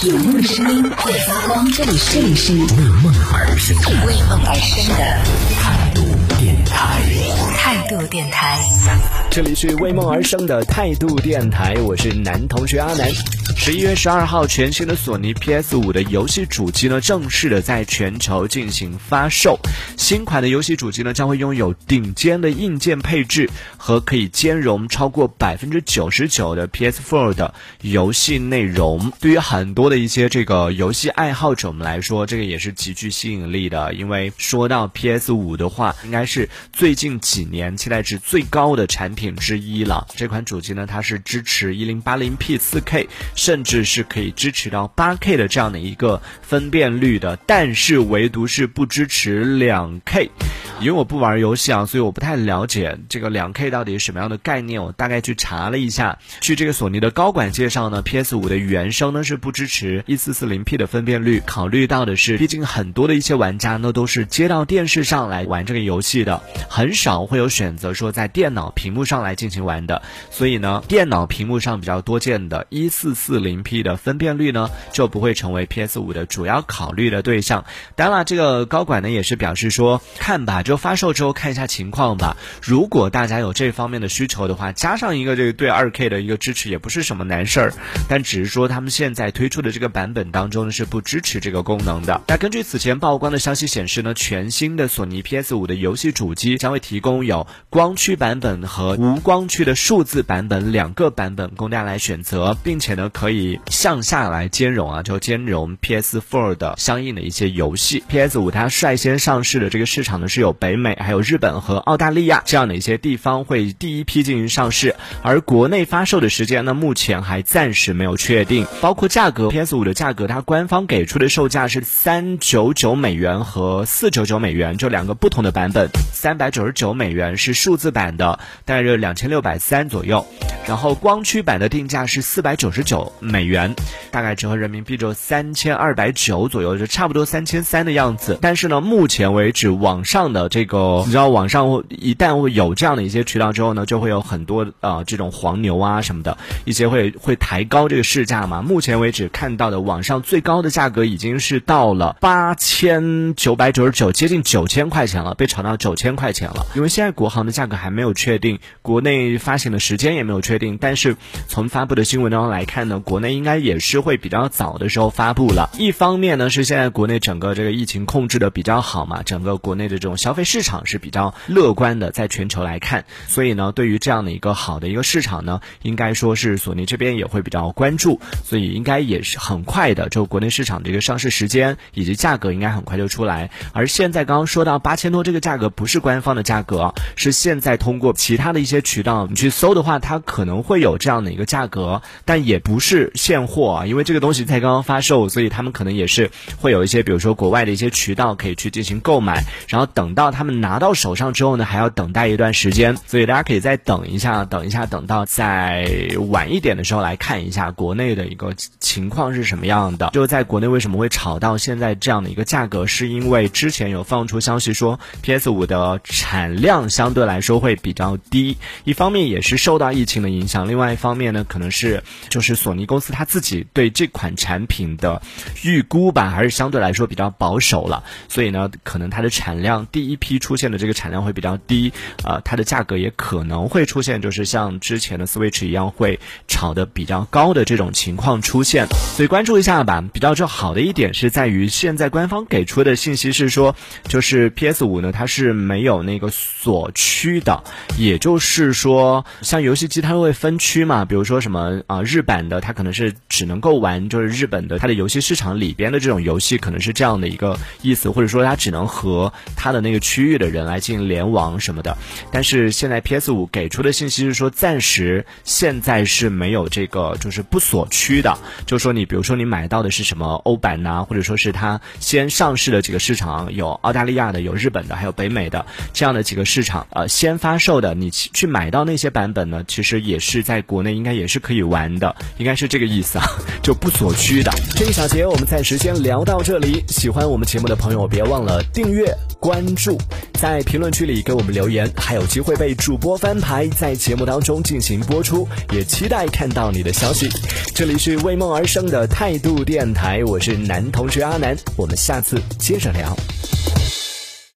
有梦的声音会发光，这里是为梦而生的， 为梦而生的态度电台。 态度电台， 这里是为梦而生的态度电台，我是男同学阿南。11月12号，全新的索尼 PS5 的游戏主机呢，正式的在全球进行发售。新款的游戏主机呢，将会拥有顶尖的硬件配置和可以兼容超过99%的 PS4 的游戏内容。对于很多的一些这个游戏爱好者们来说，这个也是极具吸引力的。因为说到 PS5 的话，应该是最近几年期待值最高的产品之一了。这款主机呢，它是支持 1080p 4K， 甚至是可以支持到 8K 的这样的一个分辨率的，但是唯独是不支持 2K。 因为我不玩游戏啊，所以我不太了解这个 2K 到底是什么样的概念。我大概去查了一下，据这个索尼的高管介绍呢， PS5 的原生呢是不支持 1440p 的分辨率。考虑到的是，毕竟很多的一些玩家呢都是接到电视上来玩这个游戏的，很少会有选择说在电脑屏幕上来进行玩的，所以呢，电脑屏幕上比较多见的 1440p 的分辨率呢就不会成为 PS5 的主要考虑的对象。当然了，这个高管呢也是表示说，看吧，就发售之后看一下情况吧。如果大家有这方面的需求的话，加上一个这个对 2K 的一个支持也不是什么难事儿，但只是说他们现在推出的这个版本当中呢是不支持这个功能的。那根据此前曝光的消息显示呢，全新的索尼 PS5 的游戏主机将会提供有光驱版本和无光驱的数字版本两个版本供大家来选择，并且呢可以向下来兼容啊，就兼容 PS4 的相应的一些游戏。 PS5 它率先上市的这个市场呢是有北美还有日本和澳大利亚这样的一些地方会第一批进行上市，而国内发售的时间呢目前还暂时没有确定。包括价格， PS5 的价格它官方给出的售价是$399和$499，这两个不同的版本。$399是数字版的，大概是2630左右，然后光驱版的定价是$499，大概折合人民币就3290左右，就差不多3300的样子。但是呢，目前为止网上的这个，你知道网上一旦会有这样的一些渠道之后呢，就会有很多这种黄牛啊什么的，一些会抬高这个市价嘛。目前为止看到的网上最高的价格已经是到了8999，接近9000块钱了，被炒到9000块钱了。因为现在国行的价格还没有确定，国内发行的时间也没有确定，但是从发布的新闻当中来看呢，国内应该也是会比较早的时候发布了。一方面呢是现在国内整个这个疫情控制的比较好嘛，整个国内的这种消费市场是比较乐观的，在全球来看，所以呢对于这样的一个好的一个市场呢，应该说是索尼这边也会比较关注，所以应该也是很快的，就国内市场这个上市时间以及价格应该很快就出来。而现在刚刚说到8000多这个价格不是官方的价格，是现在通过其他的一些渠道你去搜的话，它可能会有这样的一个价格，但也不是现货啊，因为这个东西才刚刚发售，所以他们可能也是会有一些比如说国外的一些渠道可以去进行购买，然后等到他们拿到手上之后呢，还要等待一段时间，所以大家可以再等一下，等到再晚一点的时候来看一下国内的一个情况是什么样的。就在国内为什么会炒到现在这样的一个价格，是因为之前有放出消息说 PS5 的产量相对来说会比较低，一方面也是受到疫情的影响，另外一方面呢可能是就是索尼公司它自己对这款产品的预估吧，还是相对来说比较保守了，所以呢可能它的产量第一批出现的这个产量会比较低，它的价格也可能会出现就是像之前的 Switch 一样会炒得比较高的这种情况出现，所以关注一下吧。比较好的一点是在于现在官方给出的信息是说，就是 PS5 呢它是没有那个锁区的，也就是说像游戏机它会分区嘛，比如说什么日版的它可能是只能够玩就是日本的它的游戏市场里边的这种游戏，可能是这样的一个意思，或者说它只能和它的那个区域的人来进行联网什么的。但是现在 PS5 给出的信息是说，暂时现在是没有这个就是不锁区的，就是说你比如说你买到的是什么欧版呐，或者说是它先上市的几个市场，有澳大利亚的，有日本的，还有北美的这样的几个市场先发售的，你去买到那些版本呢，其实也是在国内应该也是可以玩的，应该是这个意思啊，就不锁区的。这一小节我们暂时先聊到这里，喜欢我们节目的朋友别忘了订阅关注，在评论区里给我们留言，还有机会被主播翻牌，在节目当中进行播出，也期待看到你的消息。这里是为梦而生的态度电台，我是男同学阿南，我们下次接着聊。